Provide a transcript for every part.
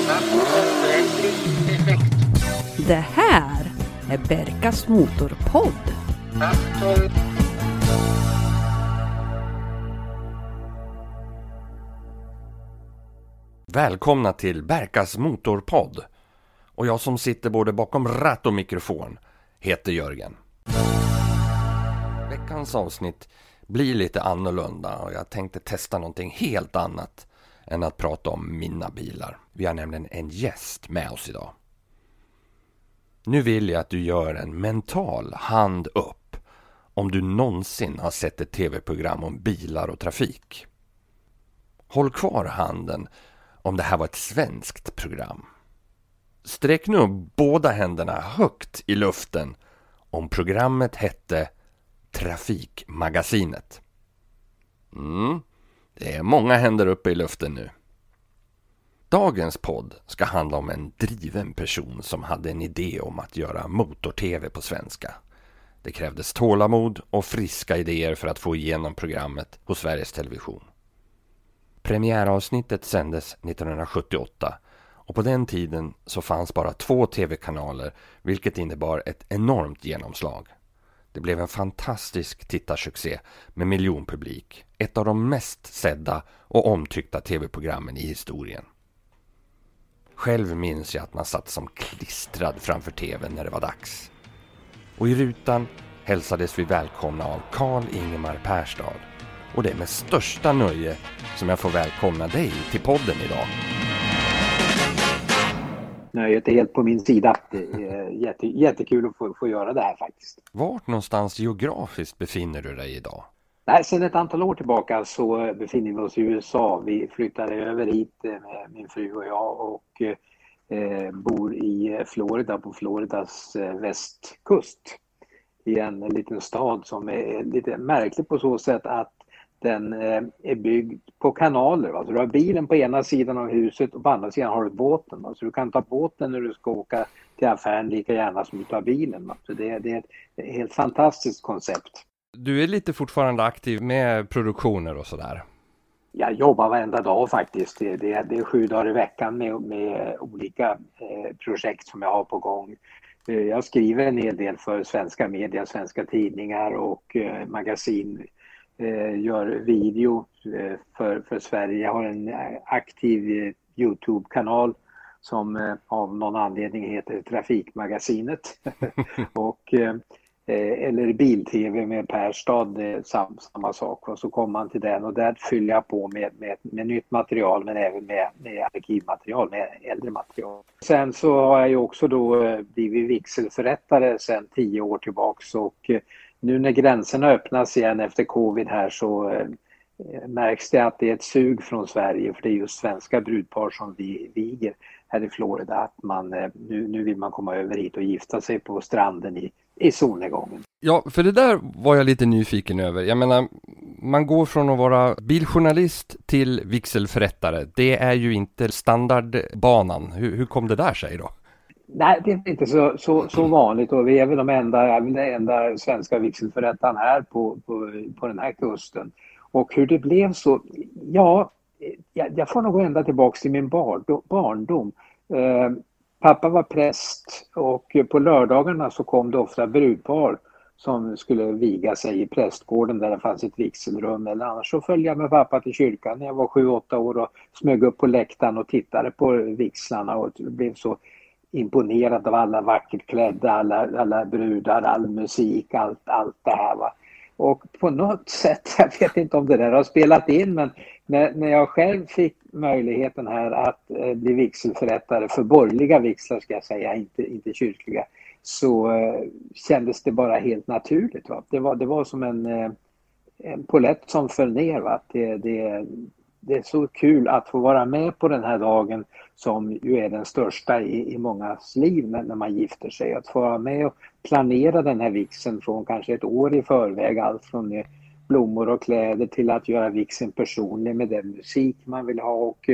Det här är Berkas Motorpodd. Välkomna till Berkas Motorpodd. Och jag som sitter både bakom ratt och mikrofon heter Jörgen. Veckans avsnitt blir lite annorlunda och jag tänkte testa någonting helt annat än att prata om mina bilar. Vi har nämligen en gäst med oss idag. Nu vill jag att du gör en mental hand upp om du någonsin har sett ett tv-program om bilar och trafik. Håll kvar handen om det här var ett svenskt program. Sträck nu båda händerna högt i luften om programmet hette Trafikmagasinet. Det är många händer uppe i luften nu. Dagens podd ska handla om en driven person som hade en idé om att göra motor-tv på svenska. Det krävdes tålamod och friska idéer för att få igenom programmet hos Sveriges Television. Premiäravsnittet sändes 1978 och på den tiden så fanns bara 2 tv-kanaler, vilket innebar ett enormt genomslag. Det blev en fantastisk tittarsuccé med miljonpublik, ett av de mest sedda och omtyckta tv-programmen i historien. Själv minns jag att man satt som klistrad framför tvn när det var dags. Och i rutan hälsades vi välkomna av Carl Ingemar Perstad. Och det är med största nöje som jag får välkomna dig till podden idag. Nöjet är helt på min sida. Det är jättekul att få göra det här faktiskt. Vart någonstans geografiskt befinner du dig idag? Nej, sedan ett antal år tillbaka så befinner vi oss i USA. Vi flyttade över hit med min fru och jag och bor i Florida, på Floridas västkust. I en liten stad som är lite märklig på så sätt att den är byggd på kanaler. Alltså du har bilen på ena sidan av huset och på andra sidan har du båten. Alltså du kan ta båten när du ska åka till affären lika gärna som du tar bilen. Alltså det är ett helt fantastiskt koncept. Du är lite fortfarande aktiv med produktioner och sådär. Jag jobbar varenda dag faktiskt. Det är 7 dagar i veckan med olika projekt som jag har på gång. Jag skriver en hel del för svenska media, svenska tidningar och magasin. Gör video för Sverige. Jag har en aktiv YouTube-kanal som av någon anledning heter Trafikmagasinet. och eller bil-tv med Perstad, samma sak. Och så kommer man till den och där fyller jag på med nytt material men även med arkivmaterial, med äldre material. Sen så har jag ju också då blivit vigselförrättare sedan 10 år tillbaks och nu när gränserna öppnas igen efter covid här så märks det att det är ett sug från Sverige, för det är just svenska brudpar som vi viger här i Florida, att nu vill man komma över hit och gifta sig på stranden i solnedgången. Ja, för det där var jag lite nyfiken över. Jag menar, man går från att vara biljournalist till vigselförrättare. Det är ju inte standardbanan. Hur kom det där sig då? Nej, det är inte så vanligt och vi är väl den enda svenska vigselförrättaren här på den här kusten. Och hur det blev så, ja, jag får nog ända tillbaka till min barndom. Pappa var präst och på lördagarna så kom det ofta brudpar som skulle viga sig i prästgården där det fanns ett vigselrum. Eller annars så följde jag med pappa till kyrkan när jag var 7-8 år och smög upp på läktaren och tittade på vigslarna och blev så imponerad av alla vackert klädda, alla brudar, all musik, allt det här va. Och på något sätt, jag vet inte om det där har spelat in, men när jag själv fick möjligheten här att bli vigselförrättare för borgerliga vigslar ska jag säga, inte kyrkliga, så kändes det bara helt naturligt va. Det var som en polett som föll ner va. Det är så kul att få vara med på den här dagen som ju är den största i mångas liv när man gifter sig. Att få vara med och planera den här vigseln från kanske ett år i förväg. Allt från blommor och kläder till att göra vigseln personlig med den musik man vill ha och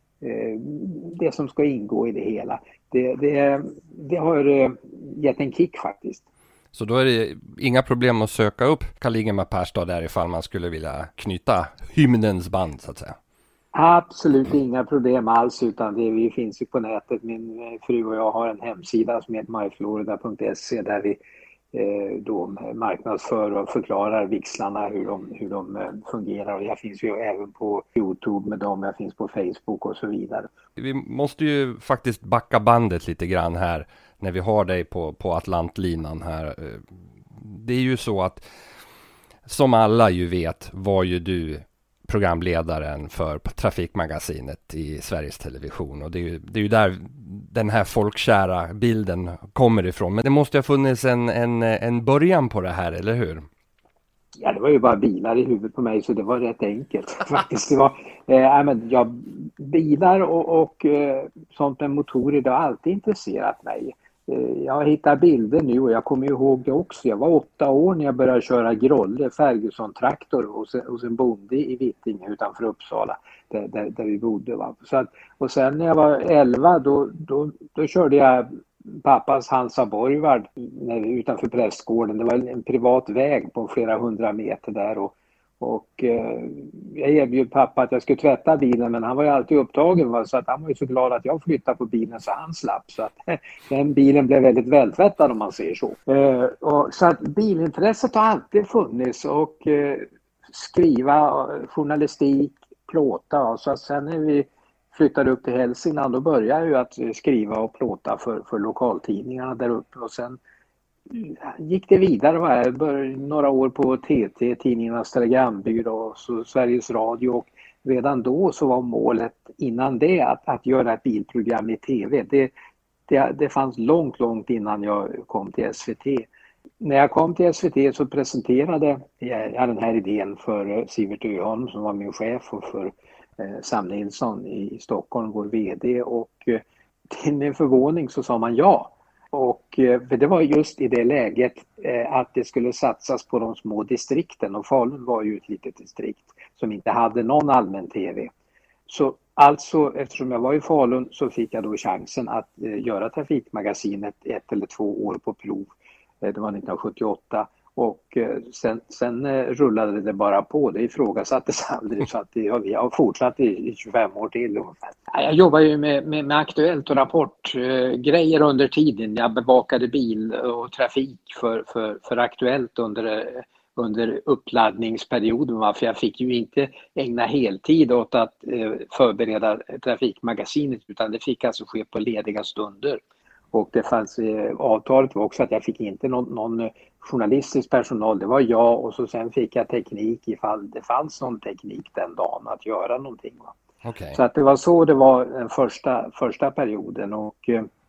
det som ska ingå i det hela. Det har gett en kick faktiskt. Så då är det inga problem att söka upp Carl Ingemar Perstad där ifall man skulle vilja knyta hymnens band så att säga. Absolut inga problem alls, utan vi finns ju på nätet. Min fru och jag har en hemsida som heter myflorida.se där vi då marknadsför och förklarar vigslarna hur de fungerar. Och jag finns ju även på YouTube med dem, jag finns på Facebook och så vidare. Vi måste ju faktiskt backa bandet lite grann här när vi har dig på Atlantlinan här. Det är ju så att som alla ju vet var ju du programledaren för Trafikmagasinet i Sveriges Television, och det är ju där den här folkkära bilden kommer ifrån. Men det måste ha funnits en början på det här, eller hur? Ja, det var ju bara bilar i huvudet på mig, så det var rätt enkelt faktiskt. Det var bilar och sånt med motorer, det har alltid intresserat mig. Jag hittar bilder nu och jag kommer ihåg det också. Jag var 8 år när jag började köra Grolle, Ferguson-traktor hos en bonde i Vittinge utanför Uppsala där vi bodde. Va? Och sen när jag var 11 då körde jag pappas Hansa Borgvard utanför prästgården. Det var en privat väg på flera 100 meter där och jag erbjöd pappa att jag skulle tvätta bilen, men han var ju alltid upptagen, va? Så att han var ju så glad att jag flyttade på bilen så han slapp. Så att den bilen blev väldigt vältvättad om man säger så. Så att bilintresset har alltid funnits och skriva, journalistik, plåta. Så att sen när vi flyttade upp till Hälsingland då började jag ju att skriva och plåta för lokaltidningarna där uppe, och sen gick det vidare. Jag började några år på TT, tidningarnas telegrambyrå, och så Sveriges Radio, och redan då så var målet innan det att göra ett bilprogram i tv. Det fanns långt innan jag kom till SVT. När jag kom till SVT så presenterade jag den här idén för Sivert Öholm som var min chef, och för Sam Nilsson i Stockholm, vår vd, och till min förvåning så sa man ja. Och för det var just i det läget att det skulle satsas på de små distrikten, och Falun var ju ett litet distrikt som inte hade någon allmän tv. Så alltså eftersom jag var i Falun så fick jag då chansen att göra Trafikmagasinet 1 eller 2 år på prov. Det var 1978 och sen rullade det bara på. Det ifrågasattes aldrig, så att vi har fortsatt i 25 år till. Jag jobbar ju med Aktuellt och rapportgrejer under tiden. Jag bevakade bil och trafik för Aktuellt under uppladdningsperioden. För jag fick ju inte ägna heltid åt att förbereda Trafikmagasinet, utan det fick alltså ske på lediga stunder. Och det fanns avtalet var också att jag fick inte någon journalistisk personal. Det var jag, och så sen fick jag teknik ifall det fanns någon teknik den dagen att göra någonting. Okay. Så att det var så det var den första perioden. Och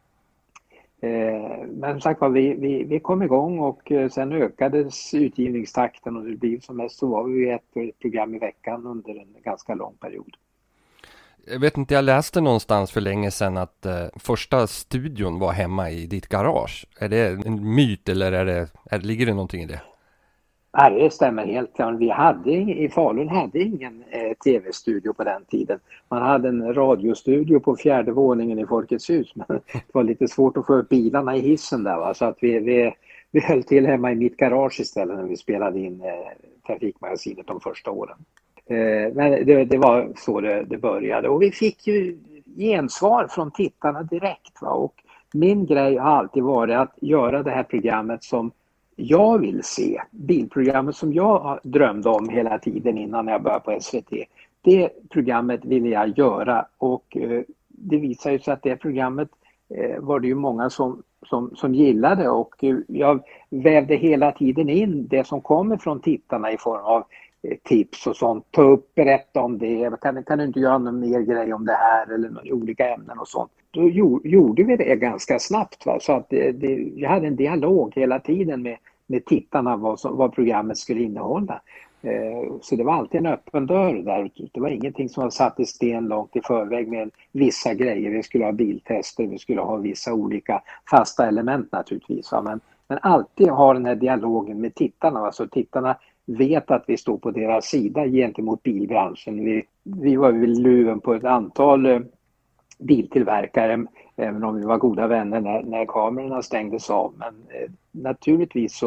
men som sagt var, vi kom igång, och sen ökades utgivningstakten, och det blev som mest så var vi ett program i veckan under en ganska lång period. Jag vet inte, jag läste någonstans för länge sedan att första studion var hemma i ditt garage. Är det en myt eller ligger det någonting i det? Nej, det stämmer helt. Vi i Falun hade ingen tv-studio på den tiden. Man hade en radiostudio på 4:e våningen i Folkets hus, men det var lite svårt att få upp bilarna i hissen där. Va? Så att vi höll till hemma i mitt garage istället när vi spelade in Trafikmagasinet de första åren. Men det var så det började, och vi fick ju gensvar från tittarna direkt. Va? Och min grej har alltid varit att göra det här programmet som jag vill se, bilprogrammet som jag drömde om hela tiden innan jag började på SVT. Det programmet ville jag göra, och det visar ju sig att det programmet var det ju många som gillade, och jag vävde hela tiden in det som kommer från tittarna i form av tips och sånt. Ta upp, berätta om det. Kan du inte göra någon mer grej om det här eller olika ämnen och sånt. Då gjorde vi det ganska snabbt. Va? Så att jag hade en dialog hela tiden med tittarna vad programmet skulle innehålla. Så det var alltid en öppen dörr där. Det var ingenting som var satt i sten långt i förväg med vissa grejer. Vi skulle ha biltester, vi skulle ha vissa olika fasta element naturligtvis. Va? Men alltid ha den här dialogen med tittarna. Va? Så tittarna vet att vi står på deras sida gentemot bilbranschen. Vi var vid luven på ett antal biltillverkare, även om vi var goda vänner när kamerorna stängdes av. Men naturligtvis så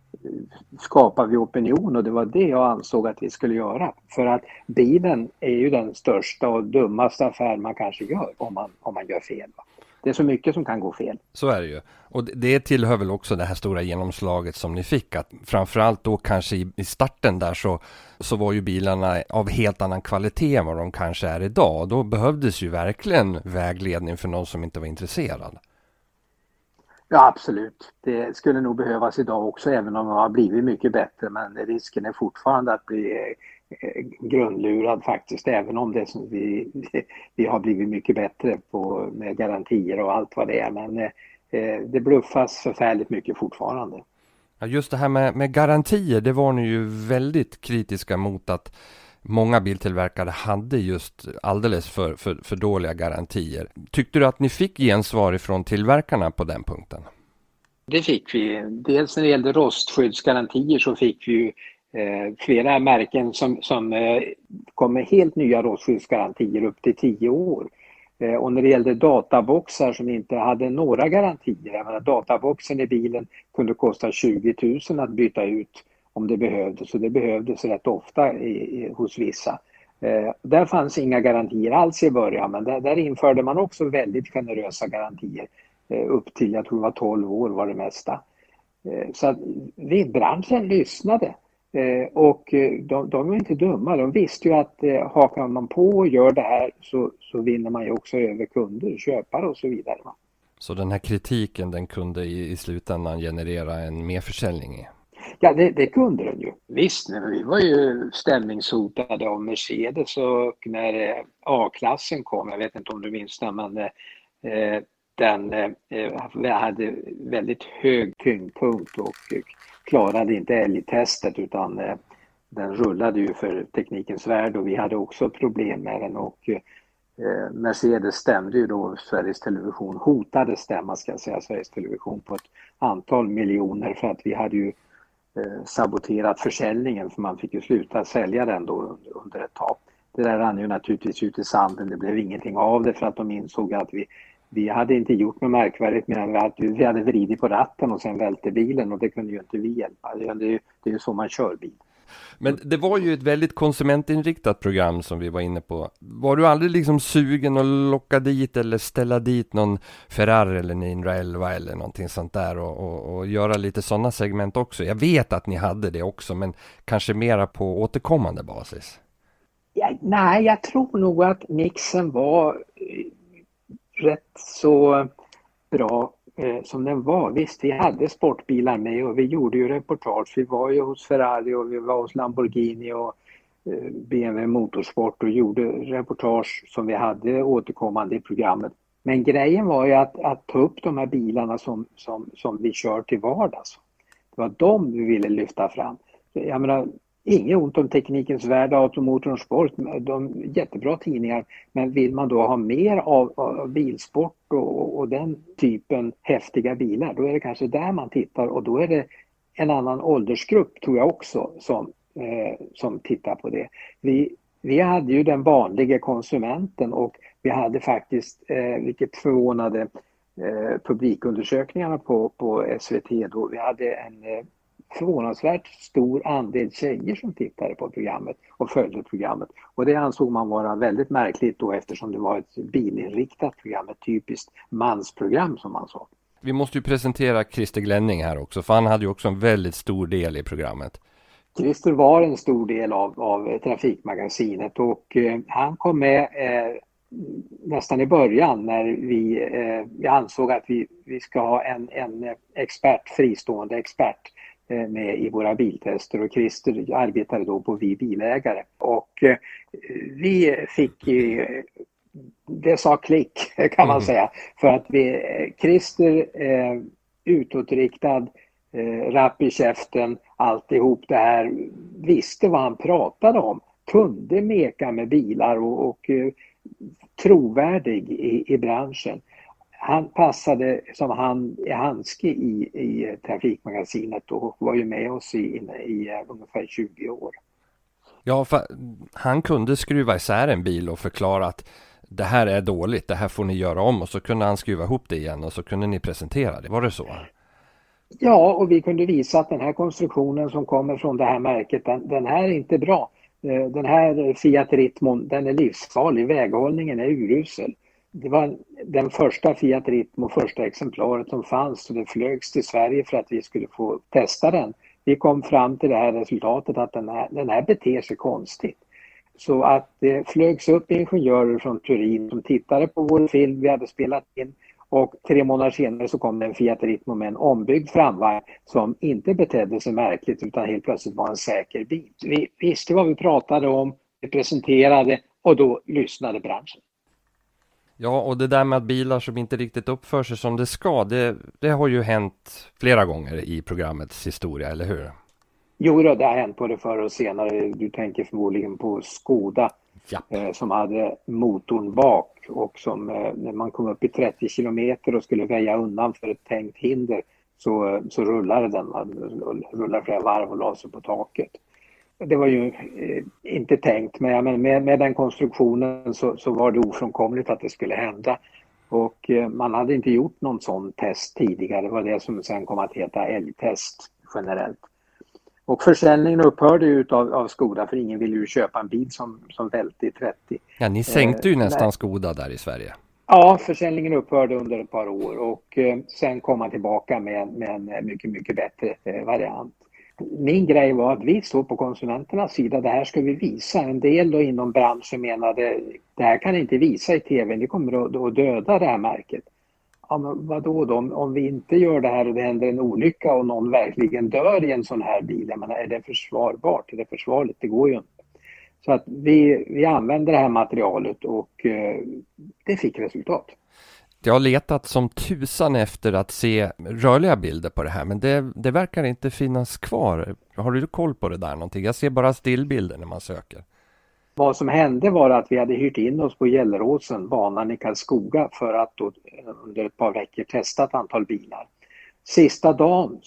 skapar vi opinion, och det var det jag ansåg att vi skulle göra. För att bilen är ju den största och dummaste affär man kanske gör om man gör fel. Det är så mycket som kan gå fel. Så är det ju. Och det tillhör väl också det här stora genomslaget som ni fick. Att framförallt då kanske i starten där så var ju bilarna av helt annan kvalitet än vad de kanske är idag. Då behövdes ju verkligen vägledning för någon som inte var intresserad. Ja, absolut. Det skulle nog behövas idag också, även om de har blivit mycket bättre. Men risken är fortfarande att bli grundlurad faktiskt, även om det som vi har blivit mycket bättre på med garantier och allt vad det är. Men det bluffas förfärligt mycket fortfarande. Ja, just det här med garantier, det var ni ju väldigt kritiska mot, att många biltillverkare hade just alldeles för dåliga garantier. Tyckte du att ni fick gensvar ifrån tillverkarna på den punkten? Det fick vi. Dels när det gällde rostskyddsgarantier så fick vi ju flera märken som kom med helt nya rostskyddsgarantier upp till 10 år. Och när det gällde databoxar som inte hade några garantier, jag menar, databoxen i bilen kunde kosta 20 000 att byta ut om det behövdes, så det behövdes rätt ofta hos vissa. Där fanns inga garantier alls i början, men där införde man också väldigt generösa garantier upp till, jag tror det var 12 år var det mesta. Så att branschen lyssnade. Och de var inte dumma. De visste ju att hakar man på och gör det här så vinner man ju också över kunder, köpare och så vidare. Så den här kritiken, den kunde i slutändan generera en merförsäljning? Ja, det kunde den ju. Visst, vi var ju stämningshotade av Mercedes, och när A-klassen kom, jag vet inte om du minns det, men den hade väldigt hög tyngdpunkt och klarade inte älgtestet, utan den rullade ju för Teknikens Värld, och vi hade också problem med den, och Mercedes stämde ju då Sveriges Television, hotade stämma ska jag säga, Sveriges Television på ett antal miljoner för att vi hade ju saboterat försäljningen, för man fick ju sluta sälja den då under ett tag. Det där rann ju naturligtvis ut i sanden, det blev ingenting av det för att de insåg att vi hade inte gjort något märkvärdigt med att vi hade vridit på ratten och sen välte bilen, och det kunde ju inte vi hjälpa. Det är ju så man kör bil. Men det var ju ett väldigt konsumentinriktat program som vi var inne på. Var du aldrig liksom sugen att locka dit eller ställa dit någon Ferrari eller 911 eller någonting sånt där och göra lite sådana segment också? Jag vet att ni hade det också, men kanske mera på återkommande basis. Ja, nej, jag tror nog att mixen var rätt så bra som den var. Visst, vi hade sportbilar med och vi gjorde ju reportage. Vi var ju hos Ferrari och vi var hos Lamborghini och BMW Motorsport och gjorde reportage som vi hade återkommande i programmet. Men grejen var ju att ta upp de här bilarna som vi kör till vardags. Det var de vi ville lyfta fram. Jag menar, inget ont om Teknikens Värld, Automotorn Sport, de är jättebra tidningar, men vill man då ha mer av bilsport och den typen häftiga bilar, då är det kanske där man tittar, och då är det en annan åldersgrupp tror jag också som tittar på det. Vi hade ju den vanliga konsumenten, och vi hade faktiskt, vilket förvånade publikundersökningarna på SVT då, vi hade en förvånansvärt stor andel tjejer som tittade på programmet och följde programmet. Och det ansåg man vara väldigt märkligt då, eftersom det var ett bilinriktat program, ett typiskt mansprogram som man sa. Vi måste ju presentera Christer Glenning här också, för han hade ju också en väldigt stor del i programmet. Christer var en stor del av Trafikmagasinet, och han kom med nästan i början när vi ansåg att vi ska ha en fristående expert med i våra biltester, och Christer arbetade då på Vi Bilägare, och vi fick det sa klick kan man säga, för att Christer utåtriktad, rapp i käften, alltihop det här, visste vad han pratade om, kunde meka med bilar och trovärdig i branschen. Han passade som handske i Trafikmagasinet och var ju med oss i ungefär 20 år. Ja, för han kunde skruva isär en bil och förklara att det här är dåligt, det här får ni göra om, och så kunde han skruva ihop det igen och så kunde ni presentera det. Var det så? Ja, och vi kunde visa att den här konstruktionen som kommer från det här märket, den här är inte bra. Den här Fiat Ritmon, den är livsfarlig, väghållningen är urusel. Det var den första Fiat Ritmo, första exemplaret som fanns, och det flögs till Sverige för att vi skulle få testa den. Vi kom fram till det här resultatet att den här beter sig konstigt. Så att det flögs upp ingenjörer från Turin som tittade på vår film vi hade spelat in, och 3 månader senare så kom det en Fiat Ritmo med en ombyggd framvagn som inte betedde sig märkligt utan helt plötsligt var en säker bil. Vi visste vad vi pratade om, vi presenterade och då lyssnade branschen. Ja, och det där med att bilar som inte riktigt uppför sig som det ska, det har ju hänt flera gånger i programmets historia, eller hur? Jo, det har hänt både förr och senare. Du tänker förmodligen på Skoda, som hade motorn bak, och som när man kom upp i 30 kilometer och skulle väja undan för ett tänkt hinder så rullade den. Rullade flera varv och la sig på taket. Det var ju inte tänkt, men med den konstruktionen så var det ofrånkomligt att det skulle hända. Och man hade inte gjort någon sån test tidigare. Det var det som sen kom att heta älgtest generellt. Och försäljningen upphörde ju av Skoda, för ingen ville ju köpa en bil som välte i 30. Ja, ni sänkte ju nästan Skoda där i Sverige. Ja, försäljningen upphörde under ett par år, och sen kom man tillbaka med en mycket, mycket bättre variant. Min grej var att vi stod på konsumenternas sida, det här ska vi visa. En del då inom branschen menade, det här kan inte visa i tv, det kommer att döda det här märket. Ja, men vadå då? Om vi inte gör det här och det händer en olycka och någon verkligen dör i en sån här bil, jag menar, är det försvarbart? Är det försvarligt? Det går ju inte. Så att vi använde det här materialet, och det fick resultat. Jag har letat som tusan efter att se rörliga bilder på det här, men det verkar inte finnas kvar. Har du koll på det där någonting? Jag ser bara stillbilder när man söker. Vad som hände var att vi hade hyrt in oss på Gelleråsen, banan i Karlskoga, för att då under ett par veckor testa ett antal bilar. Sista dagen,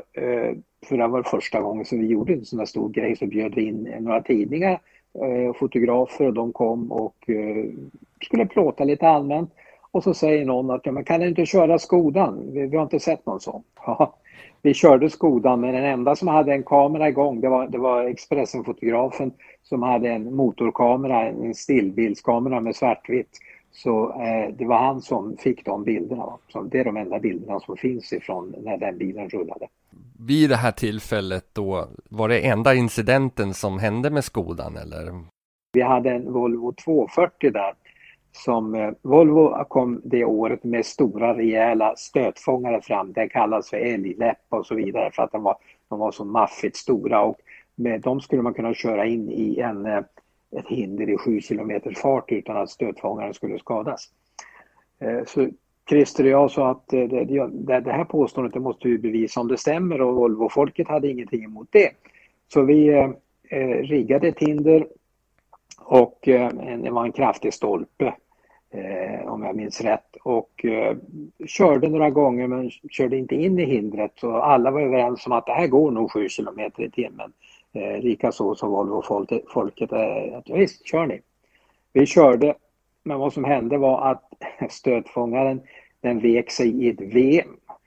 för det var första gången som vi gjorde en sån här stor grej, så bjöd vi in några tidningar, fotografer, och de kom och skulle plåta lite allmänt. Och så säger någon att man kan inte köra Skodan, vi har inte sett någon sån. Ja, vi körde Skodan, men den enda som hade en kamera igång, det var Expressen-fotografen som hade en motorkamera, en stillbildskamera med svartvitt. Så det var han som fick de bilderna. Så det är de enda bilderna som finns ifrån när den bilen rullade. Vid det här tillfället då, var det enda incidenten som hände med Skodan, eller? Vi hade en Volvo 240 där. Som Volvo kom det året med stora rejäla stötfångare fram. Det kallas för älgläpp och så vidare, för att de var så maffigt stora, och med dem skulle man kunna köra in i ett hinder i 7 kilometers fart utan att stötfångaren skulle skadas. Så Christer och jag sa att det här påståendet, det måste vi bevisa om det stämmer, och Volvo-folket hade ingenting emot det. Så vi riggade ett hinder, och det var en kraftig stolpe, om jag minns rätt, och körde några gånger men körde inte in i hindret, så alla var överens om att det här går nog 7 kilometer i timmen. Likaså så Volvo-folket att ja, visst, kör ni. Vi körde, men vad som hände var att stötfångaren, den vek sig i ett V.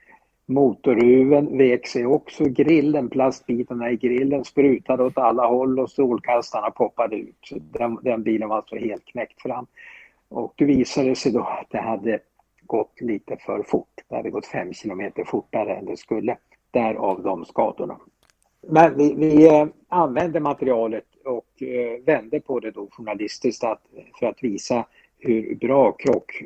Motorhuven vek sig också, grillen, plastbitarna i grillen sprutade åt alla håll och strålkastarna poppade ut. Så den bilen var alltså helt knäckt fram. Och det visade sig då att det hade gått lite för fort. Det hade gått 5 kilometer fortare än det skulle. Därav de skadorna. Men vi använde materialet och vände på det då journalistiskt för att visa hur bra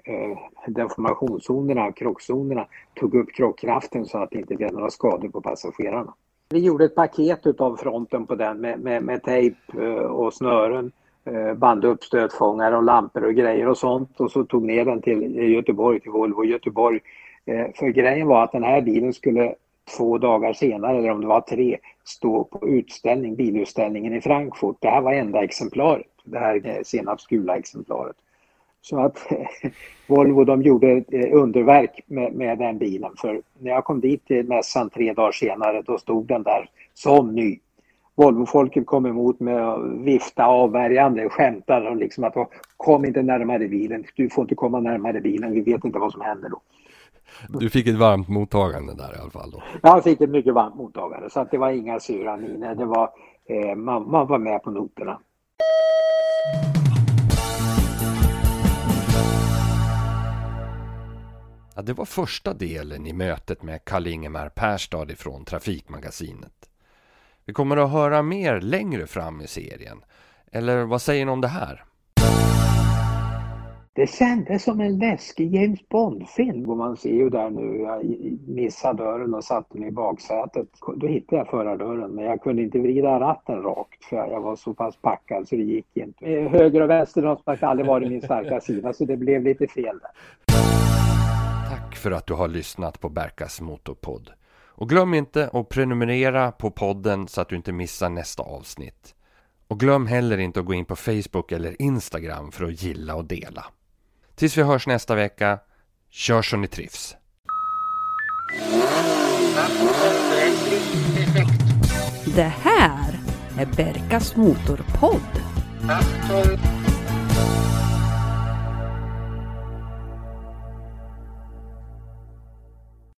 deformationszonerna, krockzonerna tog upp krockkraften så att det inte blev några skador på passagerarna. Vi gjorde ett paket av fronten på den med tejp och snören, band upp stötfångare och lampor och grejer och sånt, och så tog ner den till Göteborg, till Volvo Göteborg. För grejen var att den här bilen skulle 2 dagar senare, eller om det var 3, stå på utställning, bilutställningen i Frankfurt. Det här var enda exemplaret, det här senapsgula exemplaret. Så att Volvo, de gjorde underverk med den bilen, för när jag kom dit till mässan 3 dagar senare, då stod den där som ny. Volvo-folket kom emot med att vifta avvärjande, skämtade och liksom att kom inte närmare bilen, du får inte komma närmare bilen, vi vet inte vad som händer då. Du fick ett varmt mottagande där i alla fall då. Jag fick ett mycket varmt mottagande, så att det var inga sura miner. Det var, man var med på noterna. Ja, det var första delen i mötet med Karl-Ingemar Perstad ifrån Trafikmagasinet. Vi kommer att höra mer längre fram i serien. Eller vad säger ni om det här? Det kändes som en läskig James Bond-film. Och man ser ju där nu, jag missade dörren och satte mig i baksätet. Då hittade jag förardörren, men jag kunde inte vrida ratten rakt för jag var så pass packad så det gick inte. Höger och vänster har sagt aldrig varit min starka sida, så det blev lite fel där. Tack för att du har lyssnat på Berkas Motorpodd. Och glöm inte att prenumerera på podden så att du inte missar nästa avsnitt. Och glöm heller inte att gå in på Facebook eller Instagram för att gilla och dela. Tills vi hörs nästa vecka, kör så ni trivs. Det här är Berkas Motorpodd.